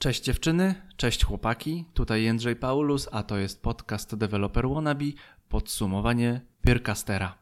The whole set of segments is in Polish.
Cześć dziewczyny, cześć chłopaki, tutaj Jędrzej Paulus, a to jest podcast Developer Wannabe, podsumowanie Peercastera.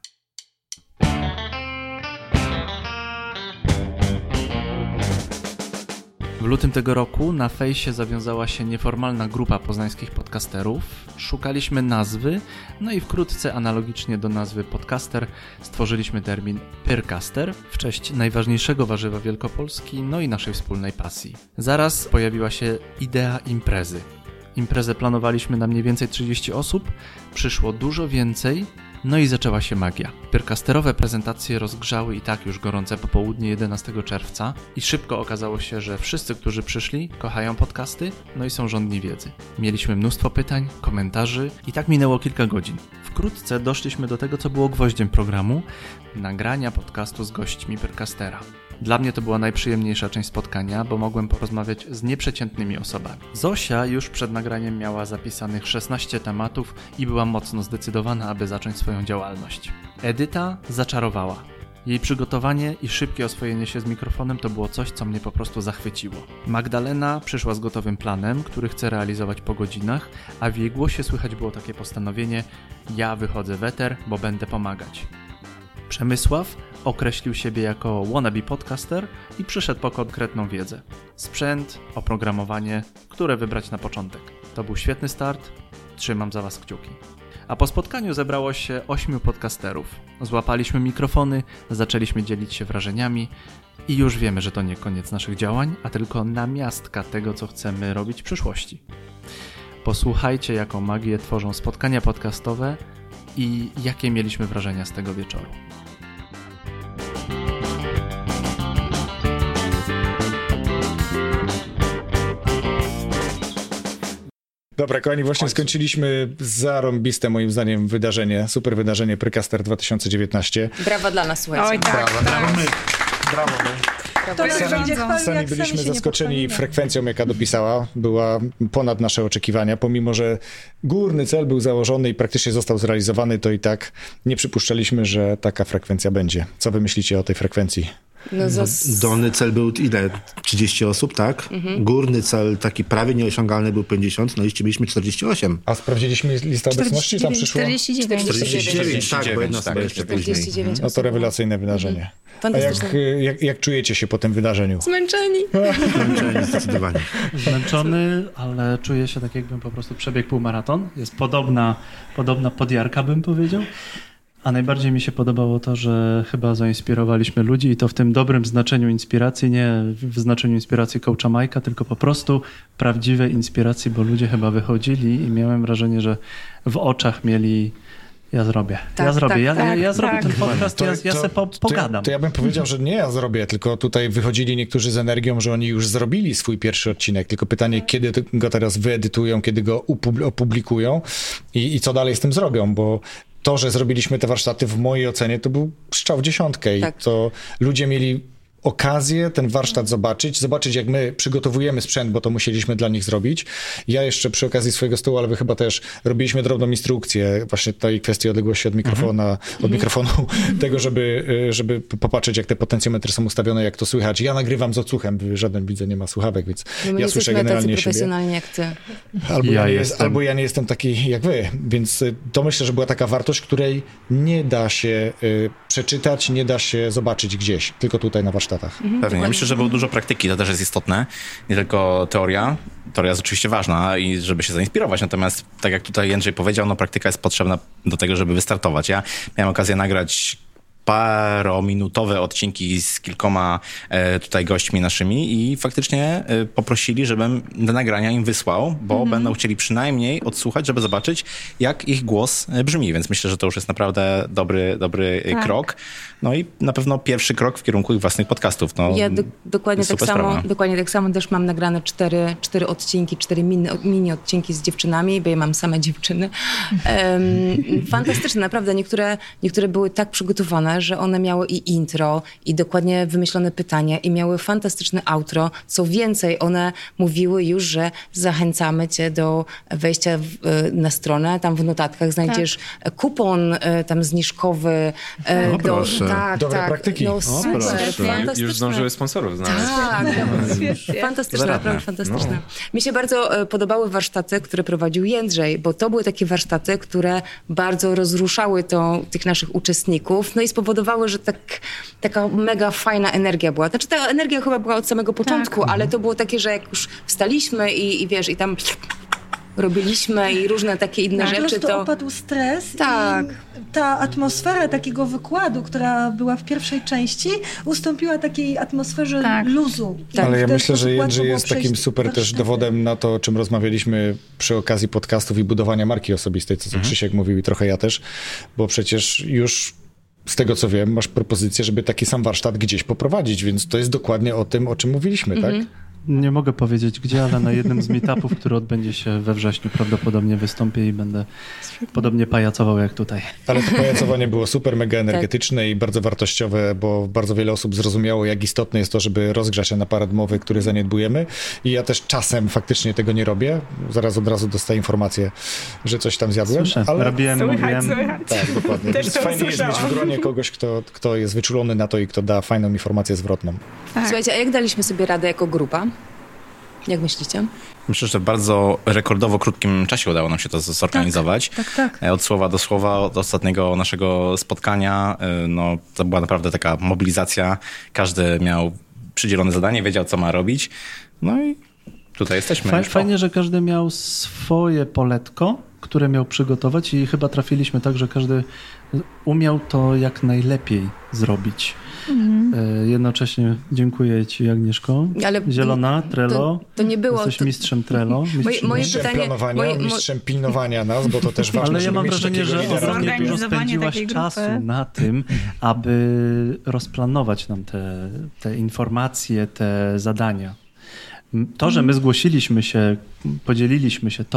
W lutym tego roku na fejsie zawiązała się nieformalna grupa poznańskich podcasterów. Szukaliśmy nazwy, no i wkrótce analogicznie do nazwy podcaster stworzyliśmy termin Peercaster w cześć najważniejszego warzywa Wielkopolski, no i naszej wspólnej pasji. Zaraz pojawiła się idea imprezy. Imprezę planowaliśmy na mniej więcej 30 osób, przyszło dużo więcej, no i zaczęła się magia. Peercasterowe prezentacje rozgrzały i tak już gorące popołudnie 11 czerwca i szybko okazało się, że wszyscy, którzy przyszli, kochają podcasty, no i są żądni wiedzy. Mieliśmy mnóstwo pytań, komentarzy i tak minęło kilka godzin. Wkrótce doszliśmy do tego, co było gwoździem programu, nagrania podcastu z gośćmi Peercastera. Dla mnie to była najprzyjemniejsza część spotkania, bo mogłem porozmawiać z nieprzeciętnymi osobami. Zosia już przed nagraniem miała zapisanych 16 tematów i była mocno zdecydowana, aby zacząć swoją działalność. Edyta zaczarowała. Jej przygotowanie i szybkie oswojenie się z mikrofonem to było coś, co mnie po prostu zachwyciło. Magdalena przyszła z gotowym planem, który chce realizować po godzinach, a w jej głosie słychać było takie postanowienie: ja wychodzę w eter, bo będę pomagać. Przemysław określił siebie jako wannabe podcaster i przyszedł po konkretną wiedzę. Sprzęt, oprogramowanie, które wybrać na początek. To był świetny start, trzymam za Was kciuki. A po spotkaniu zebrało się 8 podcasterów. Złapaliśmy mikrofony, zaczęliśmy dzielić się wrażeniami i już wiemy, że to nie koniec naszych działań, a tylko namiastka tego, co chcemy robić w przyszłości. Posłuchajcie, jaką magię tworzą spotkania podcastowe i jakie mieliśmy wrażenia z tego wieczoru. Dobra, kochani, właśnie skończyliśmy zarąbiste moim zdaniem wydarzenie, super wydarzenie Peercaster 2019. Brawa dla nas, słuchajcie. Oj, tak. Brawo my. Sami byliśmy zaskoczeni frekwencją, jaka dopisała. Była ponad nasze oczekiwania. Pomimo że górny cel był założony i praktycznie został zrealizowany, to i tak nie przypuszczaliśmy, że taka frekwencja będzie. Co wy myślicie o tej frekwencji? Dolny cel był ile? 30 osób, tak? Górny cel taki prawie nieosiągalny był 50, no i mieliśmy 48. A sprawdziliśmy listę obecności? Tam przyszło 49, tak, bo jedna osoba jeszcze później. No to rewelacyjne wydarzenie. A jak czujecie się po tym wydarzeniu? Zmęczeni, zdecydowanie. Zmęczony, ale czuję się tak, jakbym po prostu przebiegł półmaraton. Jest podobna podjarka, bym powiedział. A najbardziej mi się podobało to, że chyba zainspirowaliśmy ludzi i to w tym dobrym znaczeniu inspiracji, nie w znaczeniu inspiracji coacha Majka, tylko po prostu prawdziwej inspiracji, bo ludzie chyba wychodzili i miałem wrażenie, że w oczach mieli: ja zrobię ten podcast, ja sobie pogadam. To ja bym powiedział, że nie ja zrobię, tylko tutaj wychodzili niektórzy z energią, że oni już zrobili swój pierwszy odcinek, tylko pytanie, kiedy go teraz wyedytują, kiedy go opublikują i co dalej z tym zrobią, bo to, że zrobiliśmy te warsztaty, w mojej ocenie to był strzał w dziesiątkę i to ludzie mieli okazję ten warsztat zobaczyć, jak my przygotowujemy sprzęt, bo to musieliśmy dla nich zrobić. Ja jeszcze przy okazji swojego stołu, ale wy chyba też robiliśmy drobną instrukcję właśnie tej kwestii odległości od mikrofonu, tego, żeby popatrzeć, jak te potencjometry są ustawione, jak to słychać. Ja nagrywam z odsłuchem, żaden widzę nie ma słuchawek, więc ja słyszę generalnie siebie. Profesjonalnie jak ty. Albo ja nie jestem taki jak wy, więc to myślę, że była taka wartość, której nie da się przeczytać, nie da się zobaczyć gdzieś, tylko tutaj na warsztatach. Pewnie. Ja myślę, że było dużo praktyki, to też jest istotne, nie tylko teoria. Teoria jest oczywiście ważna i żeby się zainspirować, natomiast tak jak tutaj Jędrzej powiedział, no praktyka jest potrzebna do tego, żeby wystartować. Ja miałem okazję nagrać parominutowe odcinki z kilkoma tutaj gośćmi naszymi i faktycznie poprosili, żebym do nagrania im wysłał, bo będą chcieli przynajmniej odsłuchać, żeby zobaczyć, jak ich głos brzmi, więc myślę, że to już jest naprawdę dobry krok. No i na pewno pierwszy krok w kierunku ich własnych podcastów. No, ja dokładnie tak samo też mam nagrane 4 odcinki, 4 mini odcinki z dziewczynami, bo ja mam same dziewczyny. Fantastyczne, naprawdę. Niektóre były tak przygotowane, fajne, że one miały i intro, i dokładnie wymyślone pytania, i miały fantastyczne outro. Co więcej, one mówiły już, że zachęcamy cię do wejścia na stronę. Tam w notatkach znajdziesz kupon tam zniżkowy. Dobre praktyki. No super, fantastyczne. Już zdążyły sponsorów znaleźć. Tak, fantastyczne, naprawdę fantastyczne. Mi się bardzo podobały warsztaty, które prowadził Jędrzej, bo to były takie warsztaty, które bardzo rozruszały tych naszych uczestników, no i spowodowały, że taka mega fajna energia była. Znaczy ta energia chyba była od samego początku, ale to było takie, że jak już wstaliśmy i wiesz, i tam robiliśmy i różne takie inne rzeczy. Po prostu opadł stres i ta atmosfera takiego wykładu, która była w pierwszej części, ustąpiła takiej atmosferze luzu. Ale ja myślę, że Jędrzej jest takim super też dowodem na to, o czym rozmawialiśmy przy okazji podcastów i budowania marki osobistej, co Krzysiek mówił i trochę ja też, bo przecież już z tego co wiem, masz propozycję, żeby taki sam warsztat gdzieś poprowadzić, więc to jest dokładnie o tym, o czym mówiliśmy, tak? Nie mogę powiedzieć gdzie, ale na jednym z meetupów, który odbędzie się we wrześniu, prawdopodobnie wystąpię i będę podobnie pajacował jak tutaj. Ale to pajacowanie było super, mega energetyczne i bardzo wartościowe, bo bardzo wiele osób zrozumiało, jak istotne jest to, żeby rozgrzać się na aparat mowy, który zaniedbujemy. I ja też czasem faktycznie tego nie robię. Zaraz od razu dostaję informację, że coś tam zjadłem. Słyszę, ale robiłem, mówiłem. Tak, dokładnie. Więc fajnie jest mieć w gronie kogoś, kto jest wyczulony na to i kto da fajną informację zwrotną. Słuchajcie, a jak daliśmy sobie radę jako grupa? Jak myślicie? Myślę, że w bardzo rekordowo krótkim czasie udało nam się to zorganizować. Tak. Od słowa do słowa, od ostatniego naszego spotkania. No, to była naprawdę taka mobilizacja. Każdy miał przydzielone zadanie, wiedział, co ma robić. No i tutaj jesteśmy. Fajnie, że każdy miał swoje poletko, które miał przygotować i chyba trafiliśmy tak, że każdy umiał to jak najlepiej zrobić. Jednocześnie dziękuję ci, Agnieszko. Ale Zielona, Trello. To nie było... Jesteś mistrzem Trello. Mistrzem planowania, mistrzem pilnowania nas, bo to też ważne. Ale ja mam wrażenie, że ogromnie dużo spędziłaś czasu na tym, aby rozplanować nam te informacje, te zadania. To, że my zgłosiliśmy się, podzieliliśmy się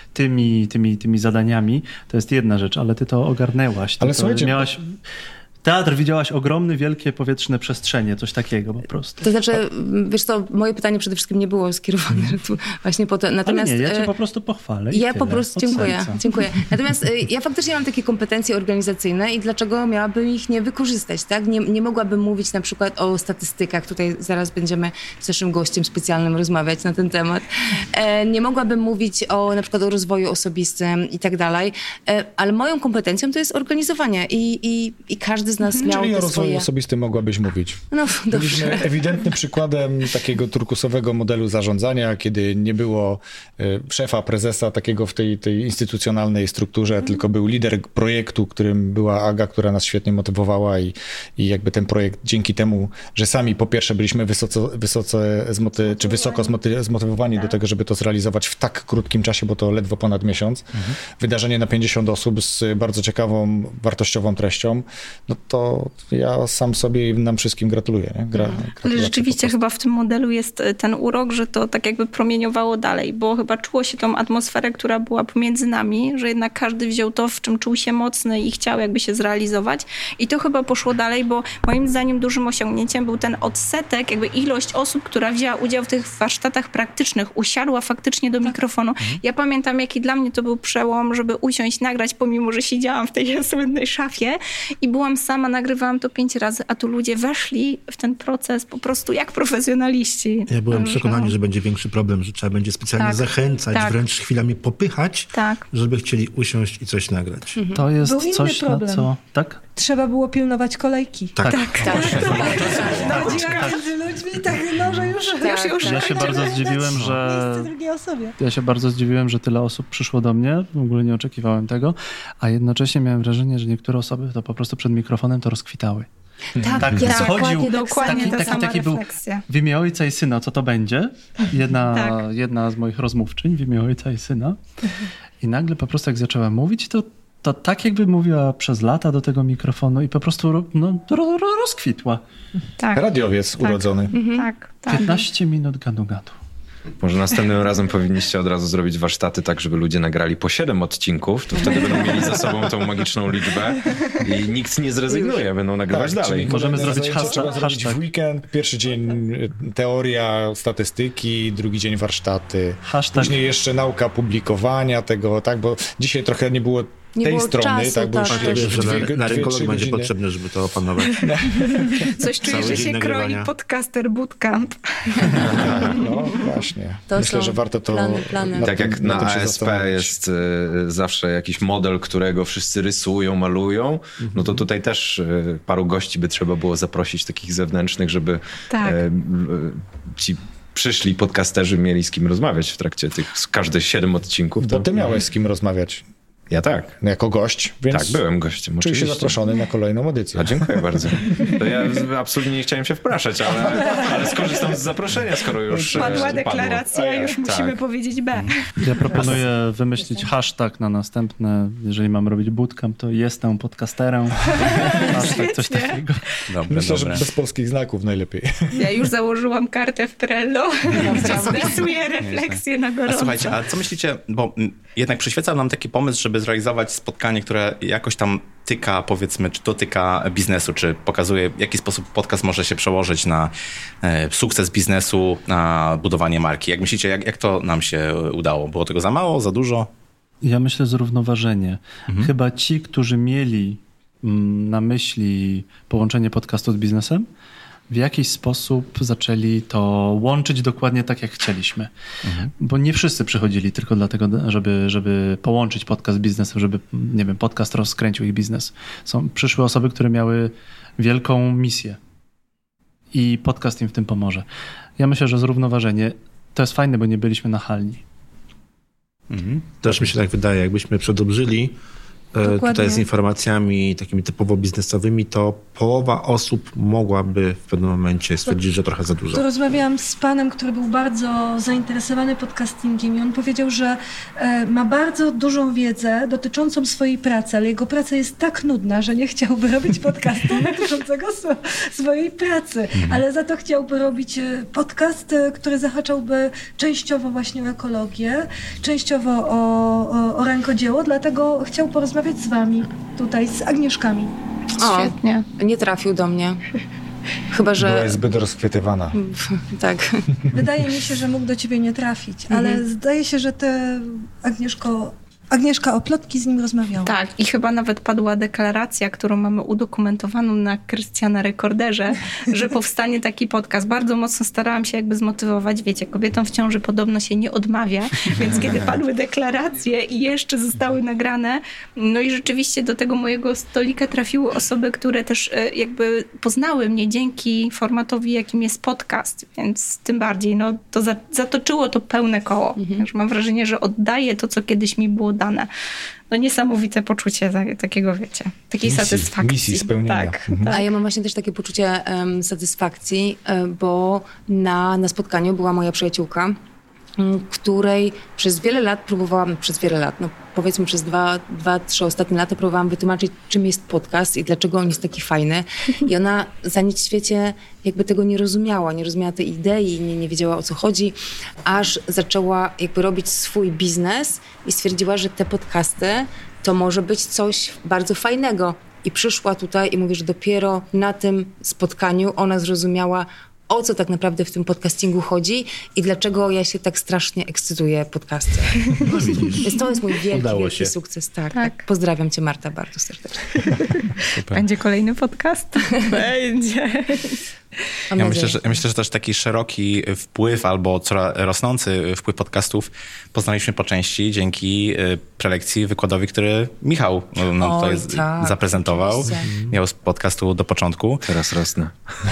tymi zadaniami, to jest jedna rzecz, ale ty to ogarnęłaś. Ale słuchajcie, miałaś... Teatr widziałaś ogromny, wielkie powietrzne przestrzenie, coś takiego po prostu. To znaczy, wiesz co, moje pytanie przede wszystkim nie było skierowane właśnie po to. Natomiast, ale nie, ja cię po prostu pochwalę. Ja po prostu dziękuję. Natomiast ja faktycznie mam takie kompetencje organizacyjne i dlaczego miałabym ich nie wykorzystać, tak? Nie mogłabym mówić na przykład o statystykach. Tutaj zaraz będziemy z naszym gościem specjalnym rozmawiać na ten temat. Nie mogłabym mówić na przykład o rozwoju osobistym i tak dalej, ale moją kompetencją to jest organizowanie i każdy z nas miał czyli o te rozwoju swoje... osobistym mogłabyś mówić. No, Byliśmy ewidentnym przykładem takiego turkusowego modelu zarządzania, kiedy nie było szefa, prezesa takiego w tej instytucjonalnej strukturze, tylko był lider projektu, którym była Aga, która nas świetnie motywowała i jakby ten projekt dzięki temu, że sami po pierwsze byliśmy wysoko zmotywowani do tego, żeby to zrealizować w tak krótkim czasie, bo to ledwo ponad miesiąc. Wydarzenie na 50 osób z bardzo ciekawą, wartościową treścią, no to ja sam sobie i nam wszystkim gratuluję. Nie? Ale rzeczywiście chyba w tym modelu jest ten urok, że to tak jakby promieniowało dalej, bo chyba czuło się tą atmosferę, która była pomiędzy nami, że jednak każdy wziął to, w czym czuł się mocny i chciał jakby się zrealizować i to chyba poszło dalej, bo moim zdaniem dużym osiągnięciem był ten odsetek, jakby ilość osób, która wzięła udział w tych warsztatach praktycznych, usiadła faktycznie do mikrofonu. Ja pamiętam, jaki dla mnie to był przełom, żeby usiąść, nagrać, pomimo, że siedziałam w tej słynnej szafie i byłam sama, nagrywałam to 5 razy, a tu ludzie weszli w ten proces po prostu jak profesjonaliści. Ja byłem przekonany, że będzie większy problem, że trzeba będzie specjalnie zachęcać, wręcz chwilami popychać, żeby chcieli usiąść i coś nagrać. To jest był coś, problem. na co... Tak? Trzeba było pilnować kolejki. Tak. Między ludźmi, że już Ja się bardzo zdziwiłem, że tyle osób przyszło do mnie. W ogóle nie oczekiwałem tego. A jednocześnie miałem wrażenie, że niektóre osoby to po prostu przed mikrofonem to rozkwitały. Dokładnie taki był w imię Ojca i Syna, co to będzie? Jedna z moich rozmówczyń w imię Ojca i Syna. I nagle po prostu jak zaczęła mówić, to tak jakby mówiła przez lata do tego mikrofonu i po prostu rozkwitła. Radiowiec urodzony. 15 minut gadu. Może następnym razem powinniście od razu zrobić warsztaty tak, żeby ludzie nagrali po 7 odcinków, to wtedy będą mieli za sobą tą magiczną liczbę i nikt nie zrezygnuje, będą nagrywać dalej. Możemy zrobić hashtag. W weekend, pierwszy dzień teoria, statystyki, drugi dzień warsztaty. Później jeszcze nauka publikowania tego, tak, bo dzisiaj trochę nie było tej strony, czasu, tak, bo że na rynkolog będzie potrzebne, żeby to opanować. Coś czuję, że się kroi podcaster bootcamp. No właśnie. To myślę, że warto to... Plany. Tak jak na ASP jest zawsze jakiś model, którego wszyscy rysują, malują, no to tutaj też paru gości by trzeba było zaprosić takich zewnętrznych, żeby ci przyszli podcasterzy mieli z kim rozmawiać w trakcie tych każde 7 odcinków. Bo ty miałeś z kim rozmawiać. Ja tak. Jako gość, więc... Tak, byłem gościem. Czuję się zaproszony na kolejną edycję. A dziękuję bardzo. To ja absolutnie nie chciałem się wpraszać, ale skorzystam z zaproszenia, skoro już padła deklaracja, już musimy powiedzieć B. Ja proponuję wymyślić hashtag na następne, jeżeli mam robić bootcamp, to jestem podcasterem. Hashtag, coś takiego. Myślę, że bez polskich znaków najlepiej. Ja już założyłam kartę w Trello, gdzie zapisuję refleksje na gorąco. A słuchajcie, a co myślicie, bo jednak przyświecał nam taki pomysł, żeby zrealizować spotkanie, które jakoś tam tyka, powiedzmy, czy dotyka biznesu, czy pokazuje, w jaki sposób podcast może się przełożyć na sukces biznesu, na budowanie marki. Jak myślicie, jak to nam się udało? Było tego za mało, za dużo? Ja myślę zrównoważenie. Chyba ci, którzy mieli na myśli połączenie podcastu z biznesem, w jakiś sposób zaczęli to łączyć dokładnie tak, jak chcieliśmy. Bo nie wszyscy przychodzili tylko dlatego, żeby połączyć podcast z biznesem, żeby, nie wiem, podcast rozkręcił ich biznes. Przyszły osoby, które miały wielką misję i podcast im w tym pomoże. Ja myślę, że zrównoważenie to jest fajne, bo nie byliśmy nachalni. Też mi się tak wydaje, jakbyśmy przedobrzyli tutaj z informacjami takimi typowo biznesowymi, to połowa osób mogłaby w pewnym momencie stwierdzić, że trochę za dużo. To rozmawiałam z panem, który był bardzo zainteresowany podcastingiem i on powiedział, że ma bardzo dużą wiedzę dotyczącą swojej pracy, ale jego praca jest tak nudna, że nie chciałby robić podcastu dotyczącego swojej pracy, ale za to chciałby robić podcast, który zahaczałby częściowo właśnie o ekologię, częściowo o rękodzieło, dlatego chciał porozmawiać z wami tutaj, z Agnieszkami. Świetnie. Nie trafił do mnie. Chyba, że... Była zbyt rozchwytywana. Tak. Wydaje mi się, że mógł do ciebie nie trafić, ale zdaje się, że ty, Agnieszka o plotki z nim rozmawiała. Tak, i chyba nawet padła deklaracja, którą mamy udokumentowaną na Krystiana Rekorderze, że powstanie taki podcast. Bardzo mocno starałam się jakby zmotywować. Wiecie, kobietom w ciąży podobno się nie odmawia, więc kiedy padły deklaracje i jeszcze zostały nagrane, no i rzeczywiście do tego mojego stolika trafiły osoby, które też jakby poznały mnie dzięki formatowi, jakim jest podcast, więc tym bardziej, no to zatoczyło to pełne koło. Także mam wrażenie, że oddaję to, co kiedyś mi było dane. No niesamowite poczucie takiego, wiecie, takiej satysfakcji. Misji spełnienia. Tak. A ja mam właśnie też takie poczucie satysfakcji, bo na spotkaniu była moja przyjaciółka, której przez wiele lat próbowałam, no powiedzmy przez 2-3 ostatnie lata próbowałam wytłumaczyć, czym jest podcast i dlaczego on jest taki fajny. I ona za nic w świecie jakby tego nie rozumiała tej idei, nie wiedziała, o co chodzi, aż zaczęła jakby robić swój biznes i stwierdziła, że te podcasty to może być coś bardzo fajnego. I przyszła tutaj i mówi, że dopiero na tym spotkaniu ona zrozumiała, o co tak naprawdę w tym podcastingu chodzi i dlaczego ja się tak strasznie ekscytuję podcastem. Więc to jest mój wielki sukces. Tak. Pozdrawiam cię, Marta, bardzo serdecznie. Będzie kolejny podcast? Będzie. Ja myślę, że też taki szeroki wpływ albo coraz rosnący wpływ podcastów poznaliśmy po części dzięki prelekcji, wykładowi, który Michał zaprezentował. Miał z podcastu do początku. Teraz rosnę.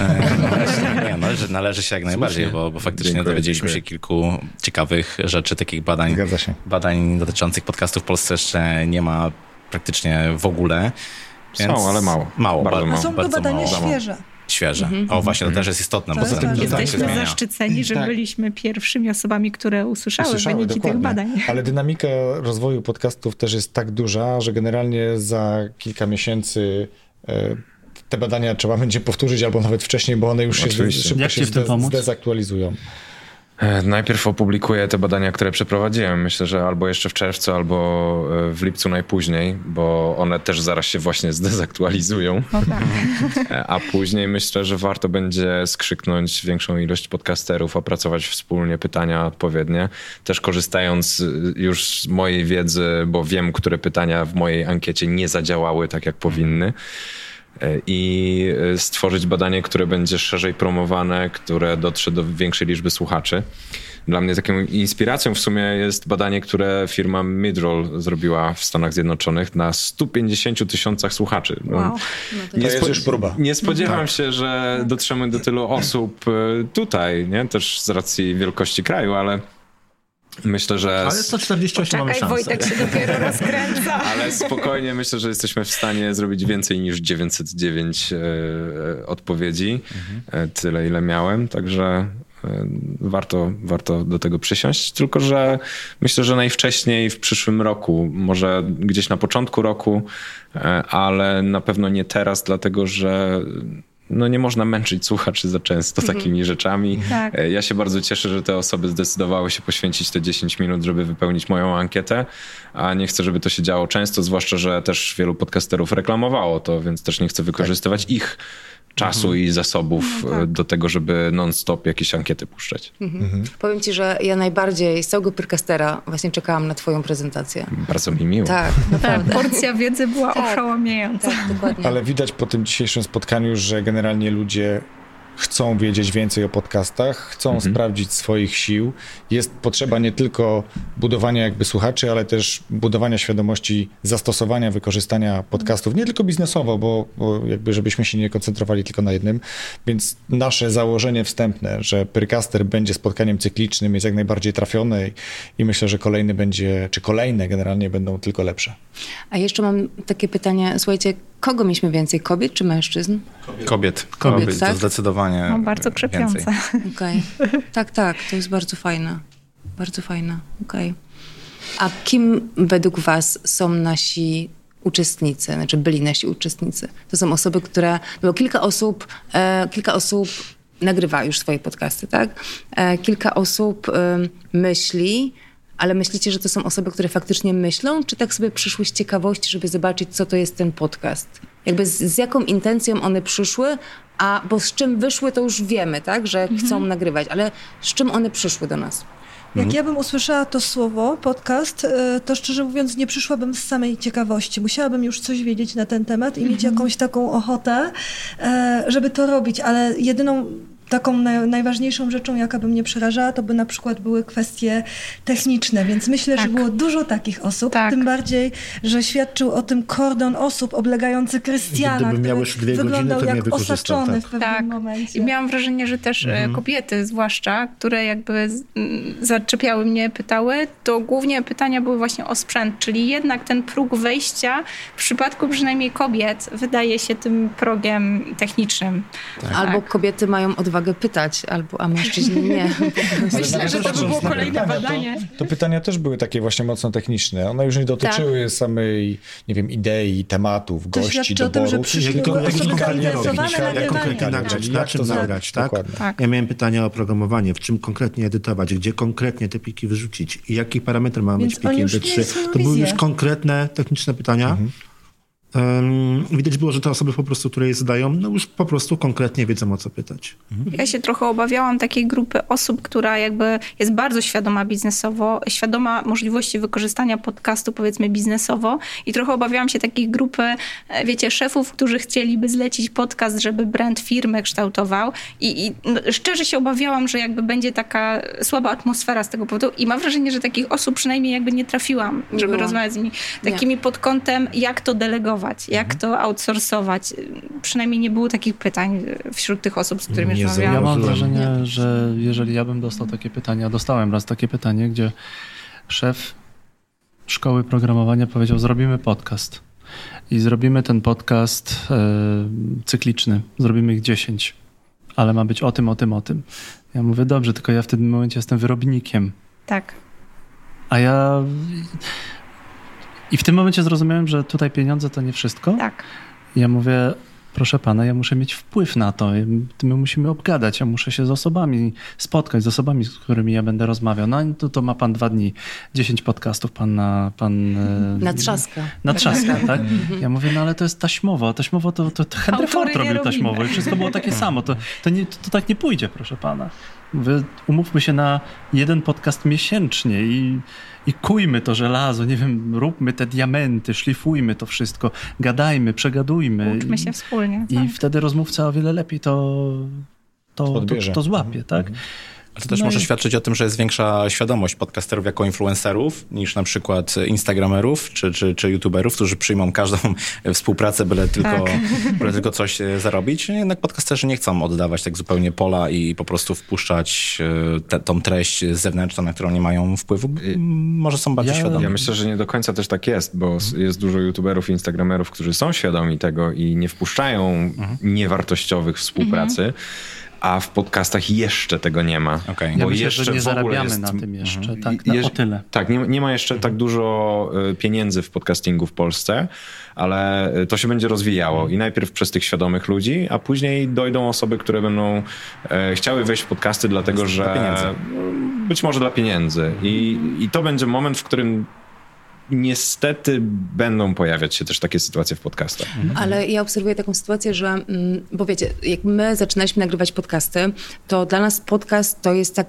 Należy się jak najbardziej, bo faktycznie dowiedzieliśmy się kilku ciekawych rzeczy, takich badań dotyczących podcastów w Polsce jeszcze nie ma praktycznie w ogóle. Więc są, ale mało. Bardzo mało. Są to badania świeże. O, właśnie, to też jest istotne. Bo jesteśmy zaszczyceni, że byliśmy pierwszymi osobami, które usłyszały wyniki tych badań. Ale dynamika rozwoju podcastów też jest tak duża, że generalnie za kilka miesięcy te badania trzeba będzie powtórzyć albo nawet wcześniej, bo one już się szybko się zdezaktualizują. Najpierw opublikuję te badania, które przeprowadziłem. Myślę, że albo jeszcze w czerwcu, albo w lipcu najpóźniej, bo one też zaraz się właśnie zdezaktualizują. No tak. A później myślę, że warto będzie skrzyknąć większą ilość podcasterów, opracować wspólnie pytania odpowiednie. Też korzystając już z mojej wiedzy, bo wiem, które pytania w mojej ankiecie nie zadziałały tak, jak powinny. I stworzyć badanie, które będzie szerzej promowane, które dotrze do większej liczby słuchaczy. Dla mnie taką inspiracją w sumie jest badanie, które firma Midroll zrobiła w Stanach Zjednoczonych na 150 000 słuchaczy. Wow. No to jest już próba. Nie spodziewam się, że dotrzemy do tylu osób tutaj, nie? Też z racji wielkości kraju, ale myślę, że... Ale 148 mamy szansę. Wojtek się dopiero rozkręca. Ale spokojnie myślę, że jesteśmy w stanie zrobić więcej niż 909 odpowiedzi. Tyle, ile miałem, także warto do tego przysiąść. Tylko że myślę, że najwcześniej w przyszłym roku, może gdzieś na początku roku, ale na pewno nie teraz, dlatego że nie można męczyć słuchaczy za często takimi rzeczami. Tak. Ja się bardzo cieszę, że te osoby zdecydowały się poświęcić te 10 minut, żeby wypełnić moją ankietę, a nie chcę, żeby to się działo często, zwłaszcza, że też wielu podcasterów reklamowało to, więc też nie chcę wykorzystywać ich czasu i zasobów do tego, żeby non-stop jakieś ankiety puszczać. Powiem ci, że ja najbardziej z całego Peercastera właśnie czekałam na twoją prezentację. Bardzo mi miło. Tak, naprawdę. Porcja wiedzy była oszałamiająca. Tak, dokładnie. Ale widać po tym dzisiejszym spotkaniu, że generalnie ludzie chcą wiedzieć więcej o podcastach, chcą sprawdzić swoich sił. Jest potrzeba nie tylko budowania jakby słuchaczy, ale też budowania świadomości zastosowania, wykorzystania podcastów, nie tylko biznesowo, bo jakby żebyśmy się nie koncentrowali tylko na jednym. Więc nasze założenie wstępne, że Peercaster będzie spotkaniem cyklicznym, jest jak najbardziej trafione i myślę, że kolejny będzie, czy kolejne generalnie będą tylko lepsze. A jeszcze mam takie pytanie, słuchajcie, kogo mieliśmy więcej, kobiet czy mężczyzn? Kobiet, tak? to zdecydowanie Bardzo krzepiące. więcej. Okej. Tak, to jest bardzo fajne. Bardzo fajne, okej. A kim według was są nasi uczestnicy, znaczy byli nasi uczestnicy? To są osoby, które, bo kilka osób nagrywa już swoje podcasty, tak? Kilka osób myśli, ale myślicie, że to są osoby, które faktycznie myślą, czy tak sobie przyszły z ciekawości, żeby zobaczyć, co to jest ten podcast? Jakby z jaką intencją one przyszły, bo z czym wyszły, to już wiemy, tak? Że chcą nagrywać, ale z czym one przyszły do nas? Jak ja bym usłyszała to słowo, podcast, to szczerze mówiąc nie przyszłabym z samej ciekawości. Musiałabym już coś wiedzieć na ten temat i mieć jakąś taką ochotę, żeby to robić, ale jedyną taką najważniejszą rzeczą, jaka by mnie przerażała, to by na przykład były kwestie techniczne, więc myślę, że było dużo takich osób, tym bardziej, że świadczył o tym kordon osób oblegający Krystiana, który wyglądał jak osaczony w pewnym momencie. I miałam wrażenie, że też kobiety zwłaszcza, które jakby zaczepiały mnie, pytały, to głównie pytania były właśnie o sprzęt, czyli jednak ten próg wejścia w przypadku przynajmniej kobiet wydaje się tym progiem technicznym. Albo kobiety mają odwagę pytać, a mężczyźni nie. Myślę, że to by było kolejne badanie. To pytania też były takie właśnie mocno techniczne. One już nie dotyczyły samej, nie wiem, idei, tematów, gości, doboru. Jak konkretnie nagrać, na czym nagrać, tak? Ja miałem pytania o programowanie, w czym konkretnie edytować, gdzie konkretnie te pliki wyrzucić i jaki parametr ma mieć pliki MP3. To były już konkretne techniczne pytania. Widać było, że te osoby po prostu, które je zadają, już po prostu konkretnie wiedzą, o co pytać. Ja się trochę obawiałam takiej grupy osób, która jakby jest bardzo świadoma biznesowo, świadoma możliwości wykorzystania podcastu, powiedzmy, biznesowo i trochę obawiałam się takiej grupy, wiecie, szefów, którzy chcieliby zlecić podcast, żeby brand firmy kształtował i szczerze się obawiałam, że jakby będzie taka słaba atmosfera z tego powodu i mam wrażenie, że takich osób przynajmniej jakby nie trafiłam, żeby rozmawiać z nimi takimi pod kątem, jak to delegować, jak to outsourcować. Przynajmniej nie było takich pytań wśród tych osób, z którymi rozmawiałam. Ja mam wrażenie, że jeżeli ja bym dostał takie pytania, dostałem raz takie pytanie, gdzie szef szkoły programowania powiedział, zrobimy podcast. I zrobimy ten podcast cykliczny. Zrobimy ich 10. Ale ma być o tym. Ja mówię, dobrze, tylko ja w tym momencie jestem wyrobnikiem. Tak. I w tym momencie zrozumiałem, że tutaj pieniądze to nie wszystko. Tak. Ja mówię, proszę pana, ja muszę mieć wpływ na to. My musimy obgadać, ja muszę się z osobami spotkać, z osobami, z którymi ja będę rozmawiał. No to ma pan 2 dni, 10 podcastów, pan Natrzaska. Natrzaska, tak? Ja mówię, no ale to jest taśmowo. Taśmowo to Henry Ford robił taśmowo i wszystko było takie samo. To tak nie pójdzie, proszę pana. Mówię, umówmy się na 1 podcast miesięcznie i kujmy to żelazo, nie wiem, róbmy te diamenty, szlifujmy to wszystko, gadajmy, przegadujmy. Uczmy się wspólnie. I wtedy rozmówca o wiele lepiej to złapie, tak? To też może świadczyć o tym, że jest większa świadomość podcasterów jako influencerów niż na przykład instagramerów czy youtuberów, którzy przyjmą każdą współpracę, byle tylko coś zarobić. Jednak podcasterzy nie chcą oddawać tak zupełnie pola i po prostu wpuszczać tą treść zewnętrzną, na którą nie mają wpływu. Może są bardziej świadomi. Ja myślę, że nie do końca też tak jest, bo jest dużo youtuberów i instagramerów, którzy są świadomi tego i nie wpuszczają niewartościowych współpracy. A w podcastach jeszcze tego nie ma. Okay. Bo ja myślę, jeszcze że nie zarabiamy na tym jeszcze. O tyle. Tak, nie ma jeszcze tak dużo pieniędzy w podcastingu w Polsce, ale to się będzie rozwijało i najpierw przez tych świadomych ludzi, a później dojdą osoby, które będą chciały wejść w podcasty dlatego, że być może dla pieniędzy. I to będzie moment, w którym niestety będą pojawiać się też takie sytuacje w podcastach. Ale ja obserwuję taką sytuację, że, bo wiecie, jak my zaczynaliśmy nagrywać podcasty, to dla nas podcast to jest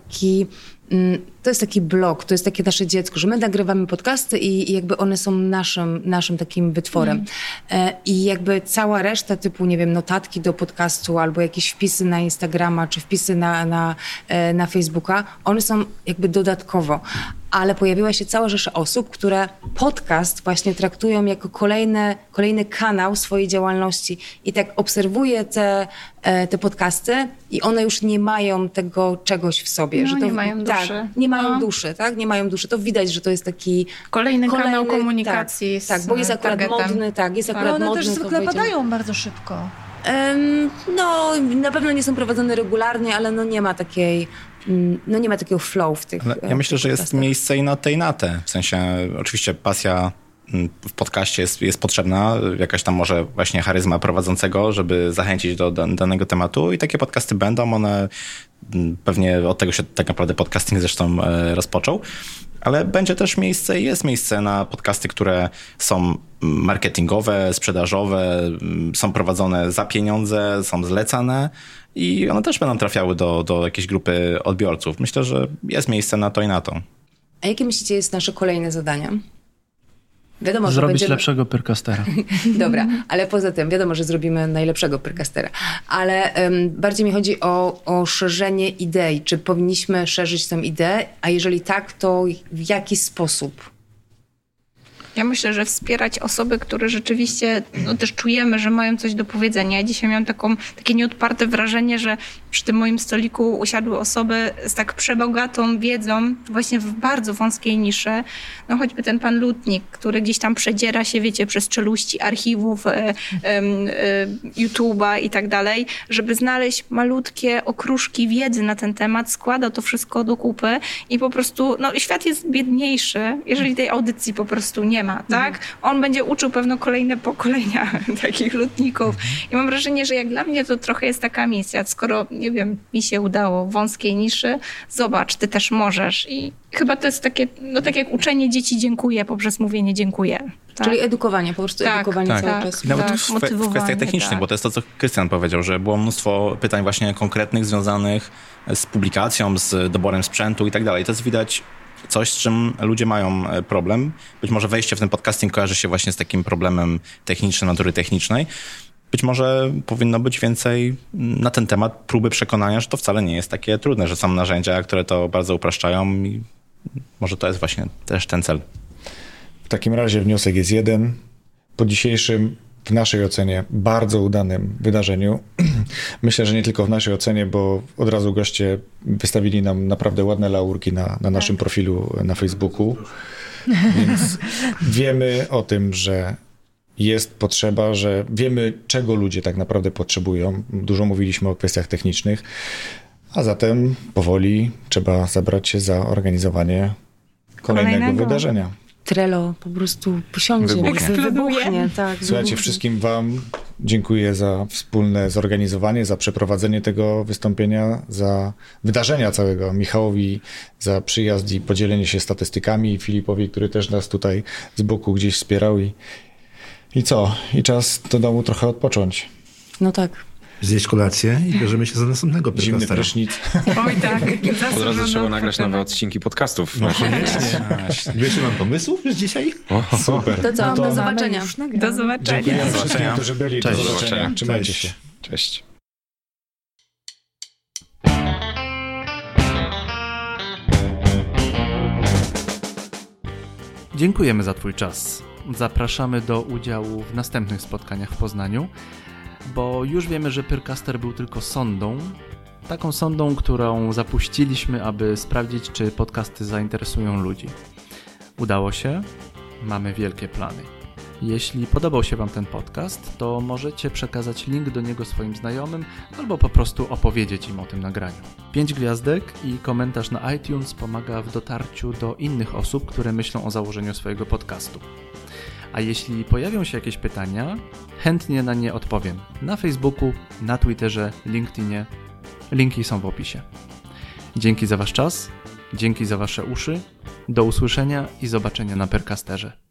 taki blog, to jest takie nasze dziecko, że my nagrywamy podcasty i jakby one są naszym takim wytworem. I jakby cała reszta typu, nie wiem, notatki do podcastu albo jakieś wpisy na Instagrama czy wpisy na Facebooka, one są jakby dodatkowo. Ale pojawiła się cała rzesza osób, które podcast właśnie traktują jako kolejny kanał swojej działalności. I tak obserwuję te podcasty i one już nie mają tego czegoś w sobie. No, że nie mają duszy. Tak, nie mają duszy, tak? Nie mają duszy. To widać, że to jest taki kolejny kanał komunikacji. Tak, bo jest akurat modny, jest akurat modny. Ale one też zwykle padają bardzo szybko. No, na pewno nie są prowadzone regularnie, ale nie ma takiego flow w tych. Ale ja myślę, że jest miejsce i na te. W sensie, oczywiście pasja w podcaście jest potrzebna, jakaś tam może właśnie charyzma prowadzącego, żeby zachęcić do danego tematu i takie podcasty będą, one pewnie od tego się tak naprawdę podcasting zresztą rozpoczął, ale będzie też jest miejsce na podcasty, które są marketingowe, sprzedażowe, są prowadzone za pieniądze, są zlecane i one też będą trafiały do jakiejś grupy odbiorców. Myślę, że jest miejsce na to i na to. A jakie myślicie jest nasze kolejne zadanie? Wiadomo, zrobić lepszego podcastera. Dobra, ale poza tym wiadomo, że zrobimy najlepszego podcastera. Ale bardziej mi chodzi o szerzenie idei. Czy powinniśmy szerzyć tę ideę? A jeżeli tak, to w jaki sposób? Ja myślę, że wspierać osoby, które rzeczywiście też czujemy, że mają coś do powiedzenia. Dzisiaj miałam takie nieodparte wrażenie, że przy tym moim stoliku usiadły osoby z tak przebogatą wiedzą właśnie w bardzo wąskiej niszy. No choćby ten pan Lutnik, który gdzieś tam przedziera się, wiecie, przez czeluści archiwów YouTube'a i tak dalej, żeby znaleźć malutkie okruszki wiedzy na ten temat, składa to wszystko do kupy i po prostu świat jest biedniejszy, jeżeli tej audycji po prostu nie ma, tak? On będzie uczył pewno kolejne pokolenia takich lutników. I mam wrażenie, że jak dla mnie to trochę jest taka misja. Skoro, nie wiem, mi się udało w wąskiej niszy, zobacz, ty też możesz. I chyba to jest takie, tak jak uczenie dzieci dziękuję poprzez mówienie dziękuję. Tak? Czyli edukowanie, po prostu edukowanie cały czas. Nawet w kwestiach technicznych, bo to jest to, co Krystian powiedział, że było mnóstwo pytań właśnie konkretnych związanych z publikacją, z doborem sprzętu i tak dalej. To jest widać coś, z czym ludzie mają problem. Być może wejście w ten podcasting kojarzy się właśnie z takim problemem technicznym, natury technicznej. Być może powinno być więcej na ten temat próby przekonania, że to wcale nie jest takie trudne, że są narzędzia, które to bardzo upraszczają i może to jest właśnie też ten cel. W takim razie wniosek jest jeden. Po dzisiejszym, w naszej ocenie, bardzo udanym wydarzeniu, myślę, że nie tylko w naszej ocenie, bo od razu goście wystawili nam naprawdę ładne laurki na naszym profilu na Facebooku, więc wiemy o tym, że jest potrzeba, że wiemy, czego ludzie tak naprawdę potrzebują. Dużo mówiliśmy o kwestiach technicznych, a zatem powoli trzeba zabrać się za organizowanie kolejnego wydarzenia. Trello po prostu posiądzie, wybuchnie. Tak, słuchajcie, wszystkim wam dziękuję za wspólne zorganizowanie, za przeprowadzenie tego wystąpienia, za wydarzenia całego. Michałowi za przyjazd i podzielenie się statystykami, Filipowi, który też nas tutaj z boku gdzieś wspierał i co? I czas do domu trochę odpocząć. No tak. Zjeść kolację i bierzemy się za następnego podcastera. Zimny prysznic. Oj tak. Od razu trzeba nagrać nowe odcinki podcastów. No koniecznie. Wiesz, mam pomysłów już dzisiaj? Super. To co, do zobaczenia. Do zobaczenia. Dziękuję wszystkim, którzy byli. Cześć. Do zobaczenia. Trzymajcie się. Cześć. Dziękujemy za Twój czas. Zapraszamy do udziału w następnych spotkaniach w Poznaniu, bo już wiemy, że Peercaster był tylko sondą, taką sondą, którą zapuściliśmy, aby sprawdzić, czy podcasty zainteresują ludzi. Udało się, mamy wielkie plany. Jeśli podobał się Wam ten podcast, to możecie przekazać link do niego swoim znajomym albo po prostu opowiedzieć im o tym nagraniu. 5 gwiazdek i komentarz na iTunes pomaga w dotarciu do innych osób, które myślą o założeniu swojego podcastu. A jeśli pojawią się jakieś pytania, chętnie na nie odpowiem. Na Facebooku, na Twitterze, LinkedInie. Linki są w opisie. Dzięki za Wasz czas, dzięki za Wasze uszy. Do usłyszenia i zobaczenia na Peercasterze.